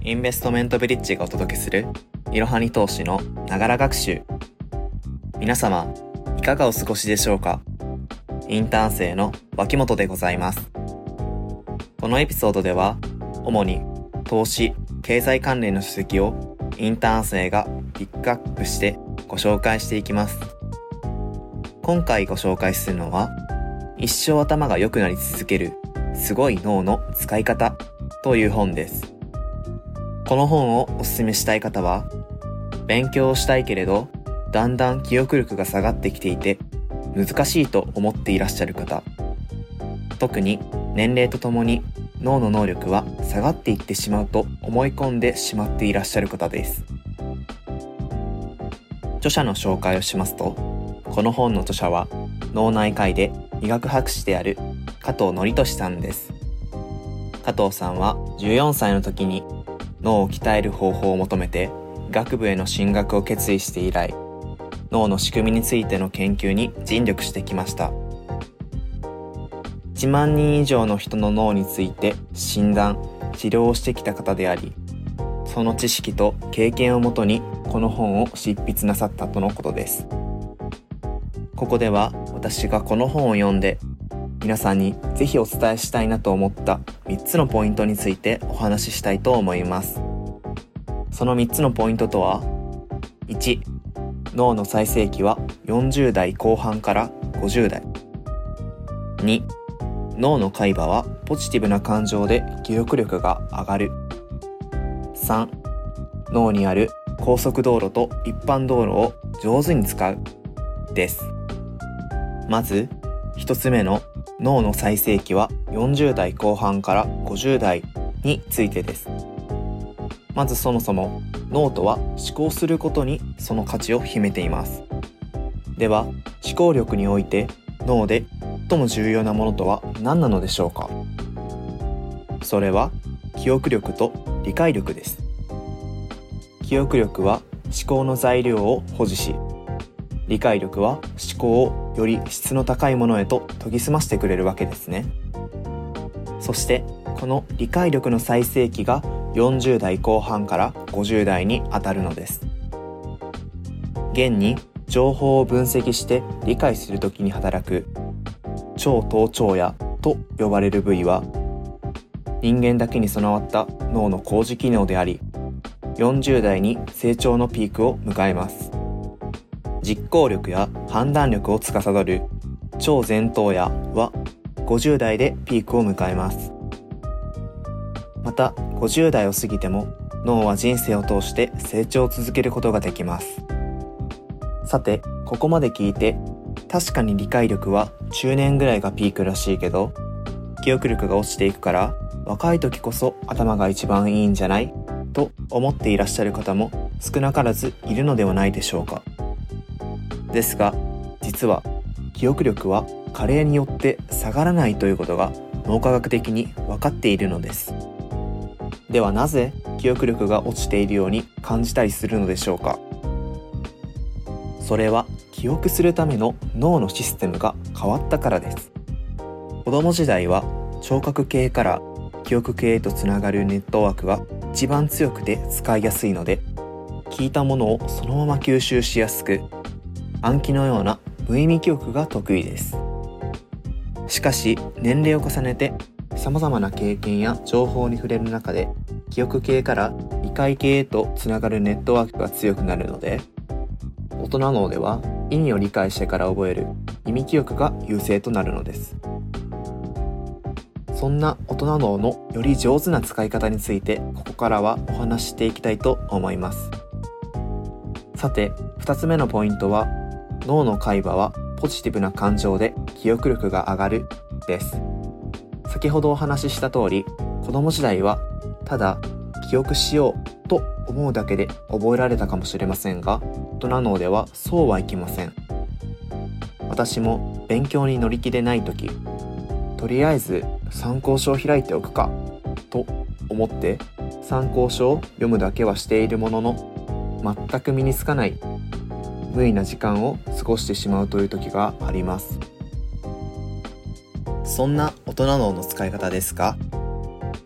インベストメントブリッジがお届けするいろはに投資のながら学習。皆様いかがお過ごしでしょうか。インターン生の脇本でございます。このエピソードでは主に投資・経済関連の書籍をインターン生がピックアップしてご紹介していきます。今回ご紹介するのは一生頭が良くなり続けるすごい脳の使い方という本です。この本をおすすめしたい方は、勉強をしたいけれどだんだん記憶力が下がってきていて難しいと思っていらっしゃる方、特に年齢とともに脳の能力は下がっていってしまうと思い込んでしまっていらっしゃる方です。著者の紹介をしますと、この本の著者は脳内科医で医学博士である加藤則俊さんです。加藤さんは14歳の時に脳を鍛える方法を求めて医学部への進学を決意して以来、脳の仕組みについての研究に尽力してきました。1万人以上の人の脳について診断・治療をしてきた方であり、その知識と経験をもとにこの本を執筆なさったとのことです。ここでは私がこの本を読んで皆さんにぜひお伝えしたいなと思った3つのポイントについてお話ししたいと思います。その3つのポイントとは、1、脳の最盛期は40代後半から50代。2、脳の海馬はポジティブな感情で記憶力が上がる。3、脳にある高速道路と一般道路を上手に使うです。まず一つ目の脳の最盛期は40代後半から50代についてです。まずそもそも脳とは思考することにその価値を秘めています。では思考力において脳で最も重要なものとは何なのでしょうか。それは記憶力と理解力です。記憶力は思考の材料を保持し、理解力は思考をより質の高いものへと研ぎ澄ましてくれるわけですね。そしてこの理解力の最盛期が40代後半から50代にあたるのです。現に情報を分析して理解するときに働く超頭頂野と呼ばれる部位は人間だけに備わった脳の工事機能であり、40代に成長のピークを迎えます。実行力や判断力を司る超前頭野は50代でピークを迎えます。また50代を過ぎても脳は人生を通して成長を続けることができます。さてここまで聞いて、確かに理解力は中年ぐらいがピークらしいけど、記憶力が落ちていくから若い時こそ頭が一番いいんじゃないと思っていらっしゃる方も少なからずいるのではないでしょうか。ですが実は記憶力は加齢によって下がらないということが脳科学的に分かっているのです。ではなぜ記憶力が落ちているように感じたりするのでしょうか。それは記憶するための脳のシステムが変わったからです。子供時代は聴覚系から記憶系へとつながるネットワークが一番強くて使いやすいので、聞いたものをそのまま吸収しやすく、暗記のような無意味記憶が得意です。しかし年齢を重ねて様々な経験や情報に触れる中で、記憶系から理解系へとつながるネットワークが強くなるので、大人脳では意味を理解してから覚える意味記憶が優勢となるのです。そんな大人脳のより上手な使い方についてここからはお話ししていきたいと思います。さて2つ目のポイントは、脳の海馬はポジティブな感情で記憶力が上がるです。先ほどお話しした通り、子供時代はただ記憶しようと思うだけで覚えられたかもしれませんが、大人脳ではそうはいきません。私も勉強に乗り気でない時、とりあえず参考書を開いておくかと思って参考書を読むだけはしているものの、全く身につかない無意な時間を過ごしてしまうという時があります。そんな大人脳の使い方ですが、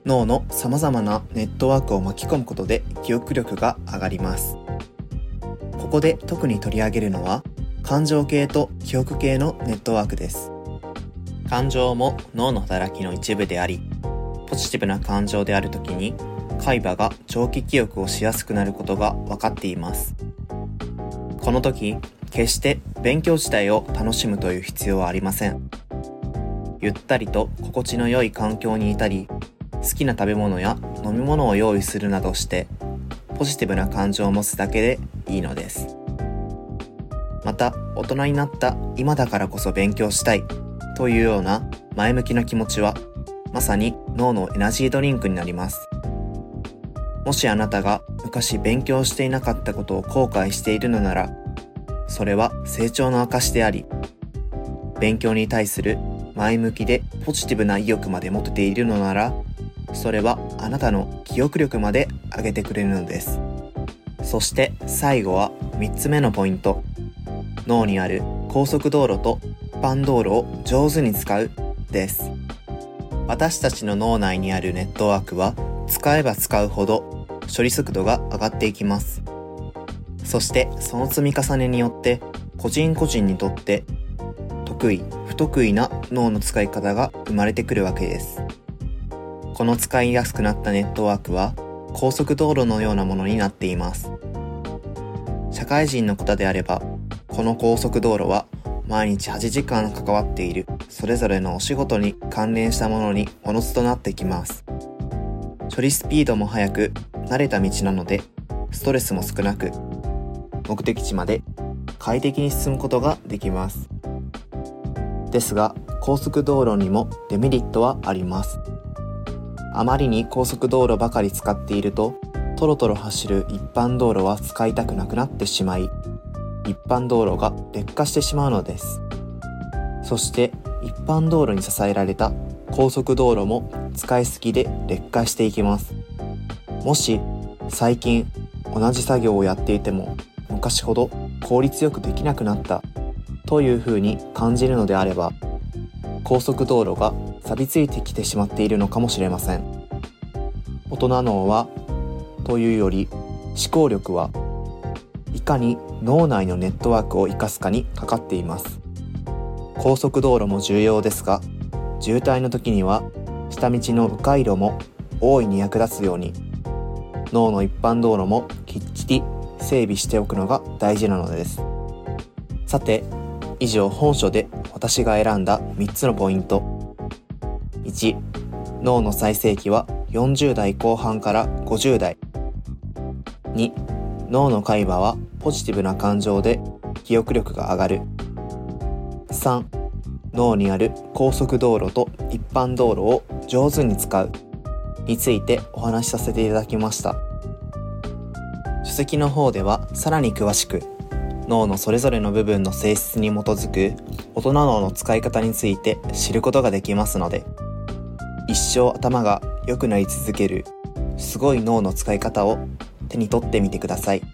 脳の様々なネットワークを巻き込むことで記憶力が上がります。ここで特に取り上げるのは感情系と記憶系のネットワークです。感情も脳の働きの一部であり、ポジティブな感情であるときに海馬が長期記憶をしやすくなることが分かっています。この時、決して勉強自体を楽しむという必要はありません。ゆったりと心地の良い環境にいたり、好きな食べ物や飲み物を用意するなどしてポジティブな感情を持つだけでいいのです。また、大人になった今だからこそ勉強したいというような前向きな気持ちはまさに脳のエナジードリンクになります。もしあなたが昔勉強していなかったことを後悔しているのなら、それは成長の証であり、勉強に対する前向きでポジティブな意欲まで持てているのなら、それはあなたの記憶力まで上げてくれるのです。そして最後は3つ目のポイント。脳にある高速道路と一般道路を上手に使うです。私たちの脳内にあるネットワークは使えば使うほど処理速度が上がっていきます。そしてその積み重ねによって個人個人にとって得意不得意な脳の使い方が生まれてくるわけです。この使いやすくなったネットワークは高速道路のようなものになっています。社会人の方であれば、この高速道路は毎日8時間関わっているそれぞれのお仕事に関連したものにおのずとなってきます。処理スピードも速く慣れた道なのでストレスも少なく目的地まで快適に進むことができます。ですが高速道路にもデメリットはあります。あまりに高速道路ばかり使っているとトロトロ走る一般道路は使いたくなくなってしまい、一般道路が劣化してしまうのです。そして一般道路に支えられた高速道路も使いすぎで劣化していきます。もし最近同じ作業をやっていても昔ほど効率よくできなくなったというふうに感じるのであれば、高速道路が錆びついてきてしまっているのかもしれません。大人脳はというより思考力はいかに脳内のネットワークを生かすかにかかっています。高速道路も重要ですが、渋滞の時には下道の迂回路も大いに役立つように、脳の一般道路もきっちり整備しておくのが大事なのです。さて、以上本書で私が選んだ3つのポイント。1、脳の最盛期は40代後半から50代。2、脳の海馬はポジティブな感情で記憶力が上がる。3、脳にある高速道路と一般道路を上手に使うについてお話しさせていただきました。書籍の方ではさらに詳しく脳のそれぞれの部分の性質に基づく大人脳の使い方について知ることができますので、一生頭が良くなり続けるすごい脳の使い方を手に取ってみてください。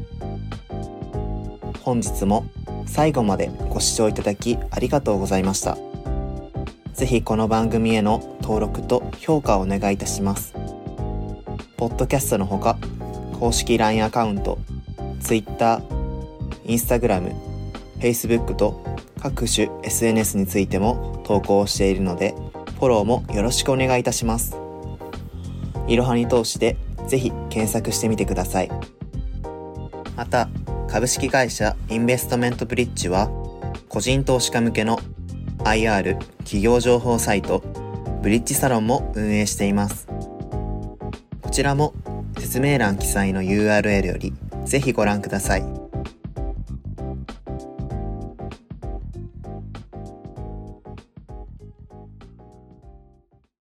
本日も最後までご視聴いただきありがとうございました。ぜひこの番組への登録と評価をお願いいたします。ポッドキャストのほか、公式 LINE アカウント、Twitter、Instagram、Facebook と各種 SNS についても投稿しているので、フォローもよろしくお願いいたします。いろはに通してぜひ検索してみてください。また、株式会社インベストメントブリッジは、個人投資家向けの IR 企業情報サイト、ブリッジサロンも運営しています。こちらも説明欄記載の URL よりぜひご覧ください。